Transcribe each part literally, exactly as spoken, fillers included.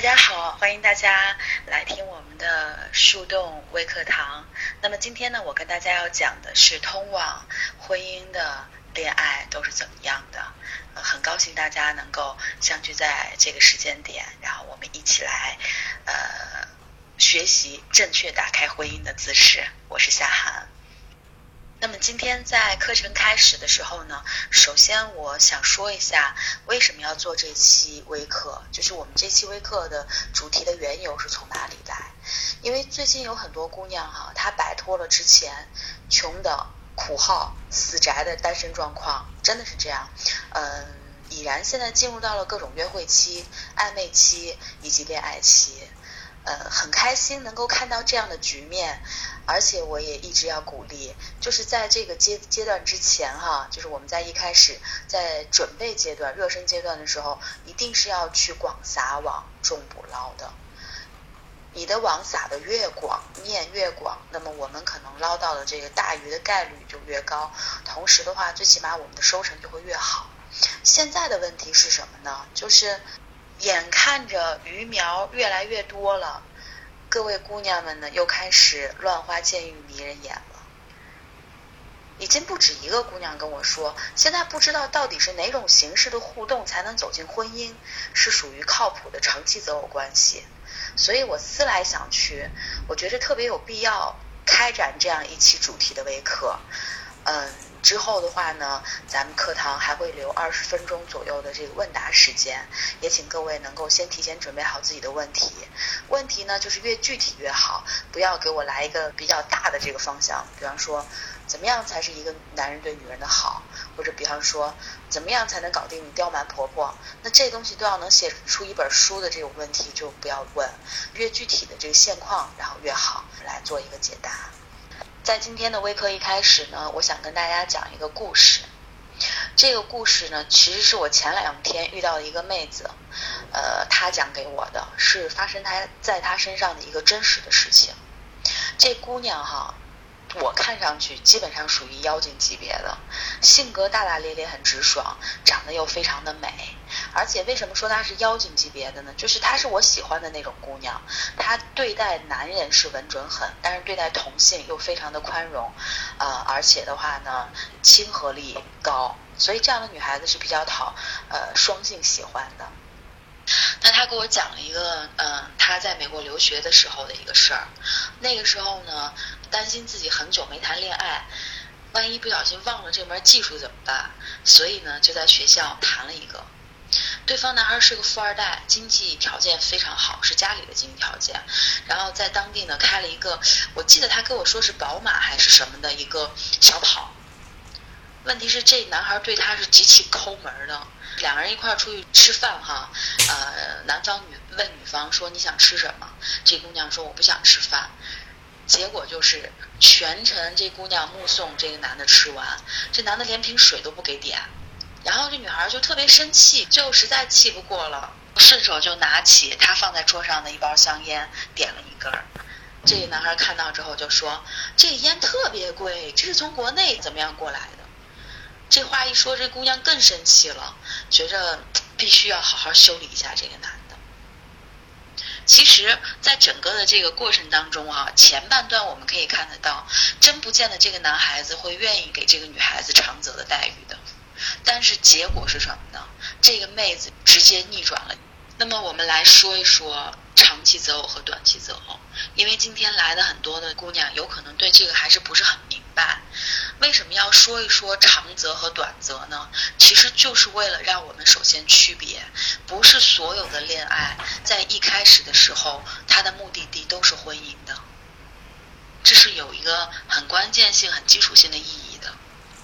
家好，欢迎大家来听我们的树洞微课堂。那么今天呢，我跟大家要讲的是通往婚姻的恋爱都是怎么样的。呃、很高兴大家能够相聚在这个时间点，然后我们一起来呃学习正确打开婚姻的姿势。我是夏涵。那么今天在课程开始的时候呢，首先我想说一下为什么要做这期微课，就是我们这期微课的主题的缘由是从哪里来。因为最近有很多姑娘哈、啊，她摆脱了之前穷的苦耗死宅的单身状况，真的是这样。嗯，已然现在进入到了各种约会期、暧昧期以及恋爱期。呃，很开心能够看到这样的局面，而且我也一直要鼓励，就是在这个阶阶段之前哈，就是我们在一开始在准备阶段、热身阶段的时候，一定是要去广撒网、重捕捞的。你的网撒的越广，面越广，那么我们可能捞到的这个大鱼的概率就越高，同时的话，最起码我们的收成就会越好。现在的问题是什么呢？就是眼看着鱼苗越来越多了，各位姑娘们呢又开始乱花渐欲迷人眼了。已经不止一个姑娘跟我说，现在不知道到底是哪种形式的互动才能走进婚姻，是属于靠谱的长期择偶关系。所以我思来想去，我觉得特别有必要开展这样一期主题的微课。嗯，之后的话呢，咱们课堂还会留二十分钟左右的这个问答时间，也请各位能够先提前准备好自己的问题。问题呢，就是越具体越好，不要给我来一个比较大的这个方向，比方说怎么样才是一个男人对女人的好，或者比方说怎么样才能搞定刁蛮婆婆，那这东西都要能写出一本书的这种问题就不要问，越具体的这个现况然后越好来做一个解答。在今天的微课一开始呢，我想跟大家讲一个故事。这个故事呢，其实是我前两天遇到的一个妹子，呃，她讲给我的，是发生她在她身上的一个真实的事情。这姑娘哈，我看上去基本上属于妖精级别的，性格大大咧咧，很直爽，长得又非常的美。而且为什么说她是妖精级别的呢？就是她是我喜欢的那种姑娘，她对待男人是稳准狠，但是对待同性又非常的宽容，呃，而且的话呢，亲和力高，所以这样的女孩子是比较讨呃双性喜欢的。那他给我讲了一个嗯，他在美国留学的时候的一个事儿。那个时候呢，担心自己很久没谈恋爱，万一不小心忘了这门技术怎么办？所以呢，就在学校谈了一个。对方男孩是个富二代，经济条件非常好，是家里的经济条件，然后在当地呢开了一个，我记得他跟我说是宝马还是什么的一个小跑。问题是这男孩对他是极其抠门的，两个人一块出去吃饭哈，呃，男方女问女方说你想吃什么，这姑娘说我不想吃饭，结果就是全程这姑娘目送这个男的吃完，这男的连瓶水都不给点，然后这女孩就特别生气，最后实在气不过了，顺手就拿起他放在桌上的一包香烟点了一根。这个男孩看到之后就说这个烟特别贵，这是从国内怎么样过来的。这话一说，这姑娘更生气了，觉着必须要好好修理一下这个男的。其实在整个的这个过程当中啊，前半段我们可以看得到，真不见得这个男孩子会愿意给这个女孩子长择的待遇的，但是结果是什么呢？这个妹子直接逆转了。那么我们来说一说长期择偶和短期择偶，因为今天来的很多的姑娘有可能对这个还是不是很明白。为什么要说一说长择和短择呢？其实就是为了让我们首先区别，不是所有的恋爱在一开始的时候它的目的地都是婚姻的，这是有一个很关键性很基础性的意义的。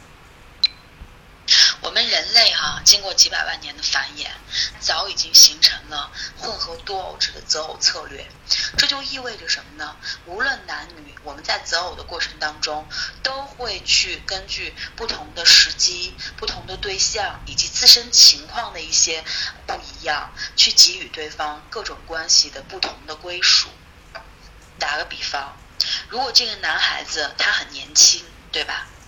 我们人类哈、啊，经过几百万年的繁衍，早已经形成了混合多偶制的择偶策略。这就意味着什么呢？无论男女，我们在择偶的过程当中，都会去根据不同的时机、不同的对象以及自身情况的一些不一样，去给予对方各种关系的不同的归属。打个比方，如果这个男孩子他很年轻，对吧？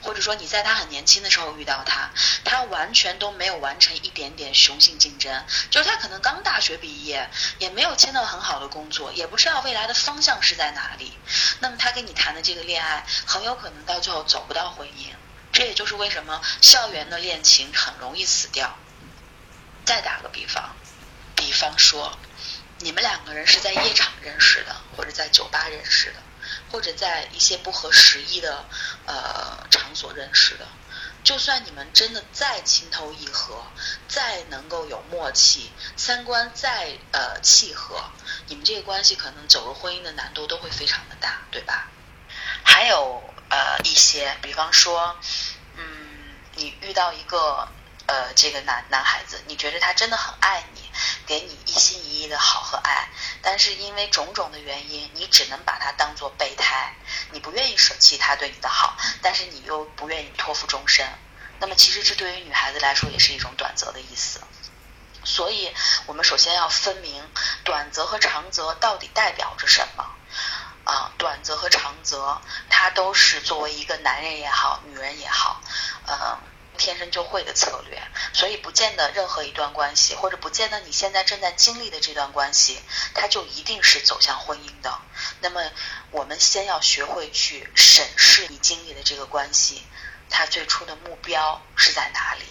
或者说你在他很年轻的时候遇到他，他完全都没有完成一点点雄性竞争，就是他可能刚大学毕业，也没有签到很好的工作，也不知道未来的方向是在哪里，那么他跟你谈的这个恋爱很有可能到最后走不到婚姻。这也就是为什么校园的恋情很容易死掉。再打个比方，比方说你们两个人是在夜场认识的，或者在酒吧认识的，或者在一些不合时宜的呃场所认识的，就算你们真的再情投意合，再能够有默契，三观再呃契合，你们这个关系可能走入婚姻的难度都会非常的大，对吧？还有呃一些，比方说，嗯，你遇到一个呃这个男男孩子，你觉得他真的很爱你，给你一心一意的好和爱，但是因为种种的原因，你只能把他当作备胎，你不愿意舍弃他对你的好，但是你又不愿意托付终身。那么其实这对于女孩子来说也是一种短择的意思。所以我们首先要分明短择和长择到底代表着什么啊？短择和长择它都是作为一个男人也好，女人也好，呃天生就会的策略，所以不见得任何一段关系，或者不见得你现在正在经历的这段关系，它就一定是走向婚姻的。那么我们先要学会去审视你经历的这个关系，它最初的目标是在哪里。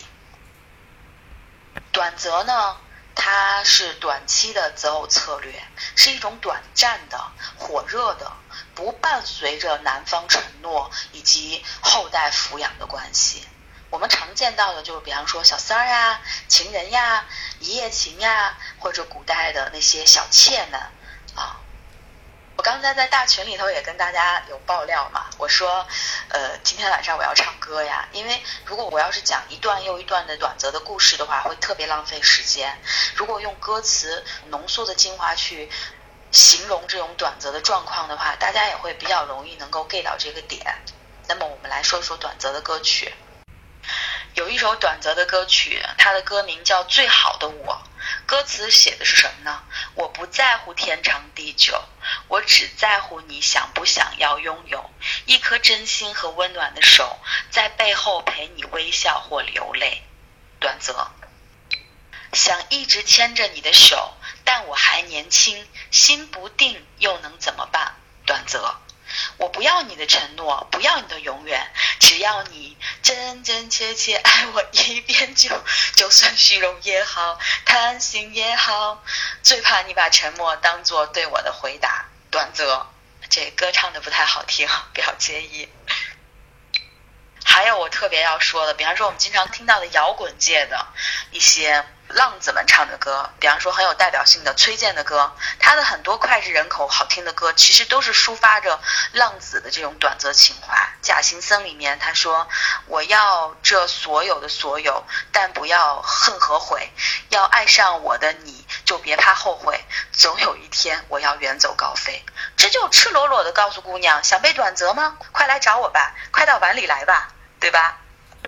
短择呢，它是短期的择偶策略，是一种短暂的火热的不伴随着男方承诺以及后代抚养的关系。我们常见到的就是比方说小三儿呀、情人呀、一夜情呀，或者古代的那些小妾们啊。我刚才在大群里头也跟大家有爆料嘛，我说呃，今天晚上我要唱歌呀，因为如果我要是讲一段又一段的短择的故事的话，会特别浪费时间。如果用歌词浓缩的精华去形容这种短择的状况的话，大家也会比较容易能够 get 到这个点。那么我们来说说短择的歌曲。有一首短择的歌曲，它的歌名叫《最好的我》，歌词写的是什么呢？我不在乎天长地久，我只在乎你想不想要拥有一颗真心和温暖的手，在背后陪你微笑或流泪。短择，想一直牵着你的手，但我还年轻，心不定，又能怎么办？短择，我不要你的承诺，不要你的永远，只要你真真切切爱我一遍就就算虚荣也好，贪心也好，最怕你把沉默当作对我的回答。短择，这歌唱的不太好听，不要介意。还有我特别要说的，比方说我们经常听到的摇滚界的一些浪子们唱的歌，比方说很有代表性的崔健的歌，他的很多脍炙人口好听的歌其实都是抒发着浪子的这种短择情怀。假行僧里面他说，我要这所有的所有，但不要恨和悔，要爱上我的你就别怕后悔，总有一天我要远走高飞。这就赤裸裸的告诉姑娘，想被短择吗？快来找我吧，快到碗里来吧，对吧？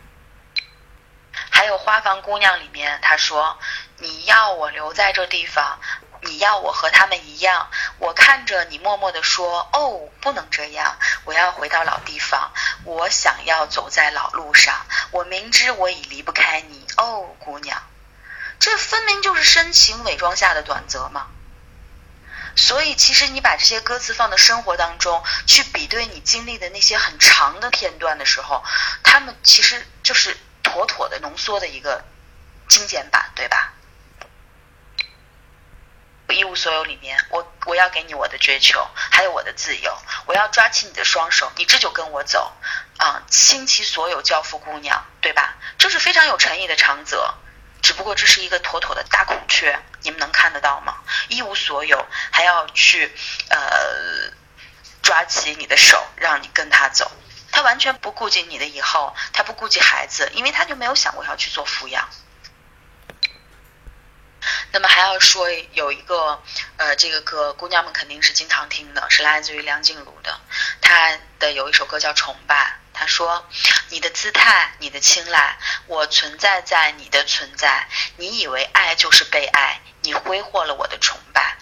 还有花房姑娘里面他说，你要我留在这地方，你要我和他们一样，我看着你默默地说，哦，不能这样，我要回到老地方，我想要走在老路上，我明知我已离不开你，哦，姑娘。这分明就是深情伪装下的短择嘛。所以其实你把这些歌词放到生活当中去比对你经历的那些很长的片段的时候，他们其实就是妥妥的浓缩的一个精简版，对吧？一无所有里面，我我要给你我的追求，还有我的自由，我要抓起你的双手，你这就跟我走啊，倾其所有交付姑娘，对吧？这是非常有诚意的长择，只不过这是一个妥妥的大孔雀，你们能看得到吗？一无所有还要去呃抓起你的手，让你跟他走，他完全不顾及你的以后，他不顾及孩子，因为他就没有想过要去做抚养。那么还要说有一个呃，这个歌姑娘们肯定是经常听的，是来自于梁静茹的，她的有一首歌叫《崇拜》，她说，你的姿态，你的青睐，我存在在你的存在，你以为爱就是被爱，你挥霍了我的崇拜。这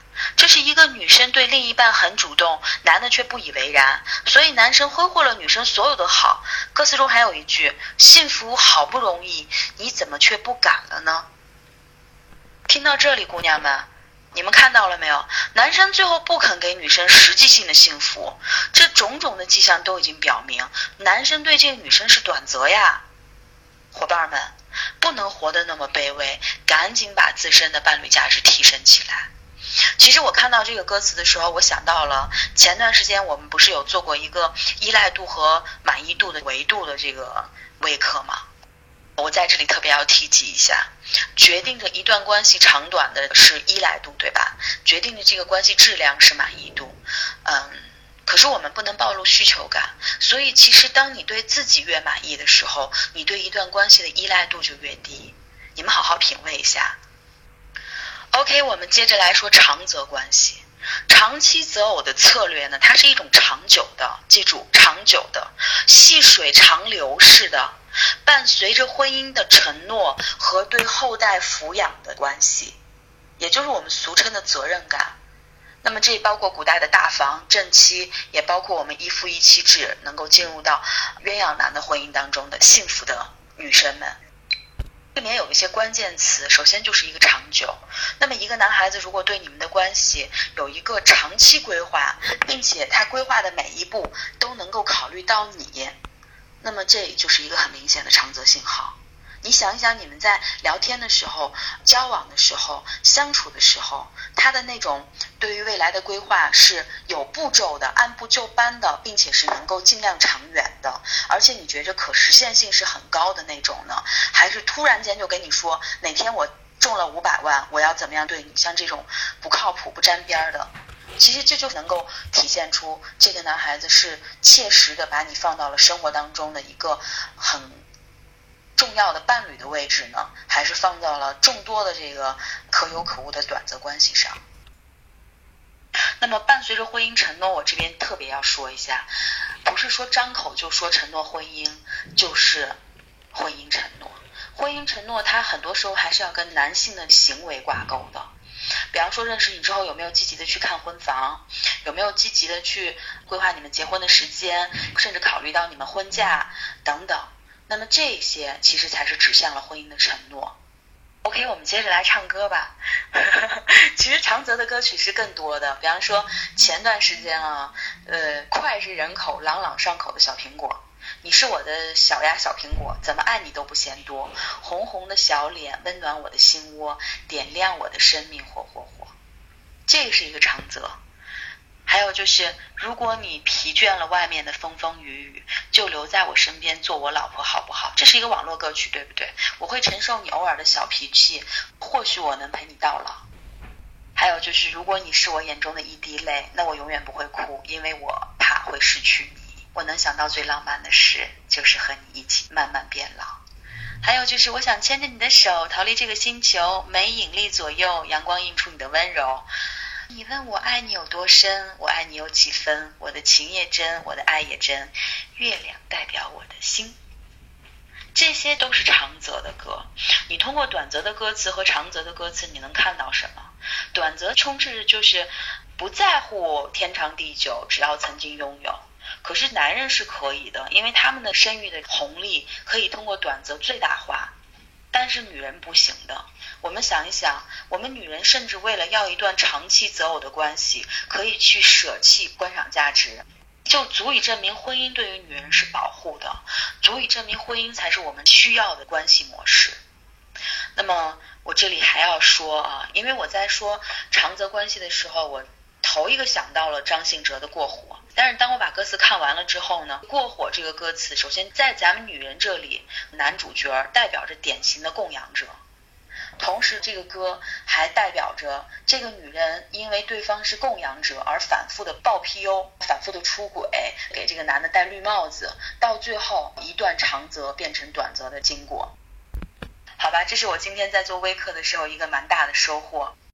这是一个女生对另一半很主动，男的却不以为然，所以男生挥霍了女生所有的好。歌词中还有一句，幸福好不容易，你怎么却不敢了呢？听到这里，姑娘们，你们看到了没有？男生最后不肯给女生实际性的幸福，这种种的迹象都已经表明，男生对这个女生是短择呀。伙伴们，不能活得那么卑微，赶紧把自身的伴侣价值提升起来。其实我看到这个歌词的时候，我想到了前段时间我们不是有做过一个依赖度和满意度的维度的这个微课吗？我在这里特别要提及一下，决定着一段关系长短的是依赖度，对吧？决定着这个关系质量是满意度。嗯，可是我们不能暴露需求感，所以其实当你对自己越满意的时候，你对一段关系的依赖度就越低。你们好好品味一下。OK， 我们接着来说长择关系。长期择偶的策略呢，它是一种长久的，记住，长久的，细水长流式的，伴随着婚姻的承诺和对后代抚养的关系，也就是我们俗称的责任感。那么这包括古代的大房正妻，也包括我们一夫一妻制能够进入到鸳鸯男的婚姻当中的幸福的女生们。里面有一些关键词，首先就是一个长久。那么一个男孩子如果对你们的关系有一个长期规划，并且他规划的每一步都能够考虑到你，那么这就是一个很明显的长择信号。你想一想，你们在聊天的时候、交往的时候、相处的时候，他的那种对于未来的规划是有步骤的、按部就班的，并且是能够尽量长远的，而且你觉着可实现性是很高的那种呢？还是突然间就跟你说哪天我中了五百万，我要怎么样对你？像这种不靠谱、不沾边的，其实这就能够体现出这个男孩子是切实的把你放到了生活当中的一个很重要的伴侣的位置呢，还是放到了众多的这个可有可无的短择关系上。那么伴随着婚姻承诺，我这边特别要说一下，不是说张口就说承诺婚姻就是婚姻承诺，婚姻承诺它很多时候还是要跟男性的行为挂钩的。比方说认识你之后有没有积极的去看婚房，有没有积极的去规划你们结婚的时间，甚至考虑到你们婚嫁等等，那么这些其实才是指向了婚姻的承诺。 OK， 我们接着来唱歌吧其实长泽的歌曲是更多的，比方说前段时间啊，呃，脍炙人口朗朗上口的小苹果，你是我的小呀小苹果，怎么爱你都不嫌多，红红的小脸温暖我的心窝，点亮我的生命火火火，这是一个长泽。还有就是如果你疲倦了外面的风风雨雨，就留在我身边做我老婆好不好，这是一个网络歌曲，对不对？我会承受你偶尔的小脾气，或许我能陪你到老。还有就是如果你是我眼中的一滴泪，那我永远不会哭，因为我怕会失去你。我能想到最浪漫的事就是和你一起慢慢变老。还有就是我想牵着你的手逃离这个星球，没引力左右，阳光映出你的温柔。你问我爱你有多深，我爱你有几分，我的情也真，我的爱也真，月亮代表我的心。这些都是长泽的歌，你通过短泽的歌词和长泽的歌词你能看到什么？短泽充斥着就是不在乎天长地久，只要曾经拥有。可是男人是可以的，因为他们的生育的红利可以通过短泽最大化，但是女人不行的。我们想一想，我们女人甚至为了要一段长期择偶的关系，可以去舍弃观赏价值，就足以证明婚姻对于女人是保护的，足以证明婚姻才是我们需要的关系模式。那么我这里还要说啊，因为我在说长择关系的时候，我头一个想到了张信哲的过火，但是当我把歌词看完了之后呢，过火这个歌词首先在咱们女人这里，男主角代表着典型的供养者，同时这个歌还代表着这个女人因为对方是供养者而反复的爆 P U， 反复的出轨，给这个男的戴绿帽子，到最后一段长择变成短择的经过。好吧，这是我今天在做微课的时候一个蛮大的收获。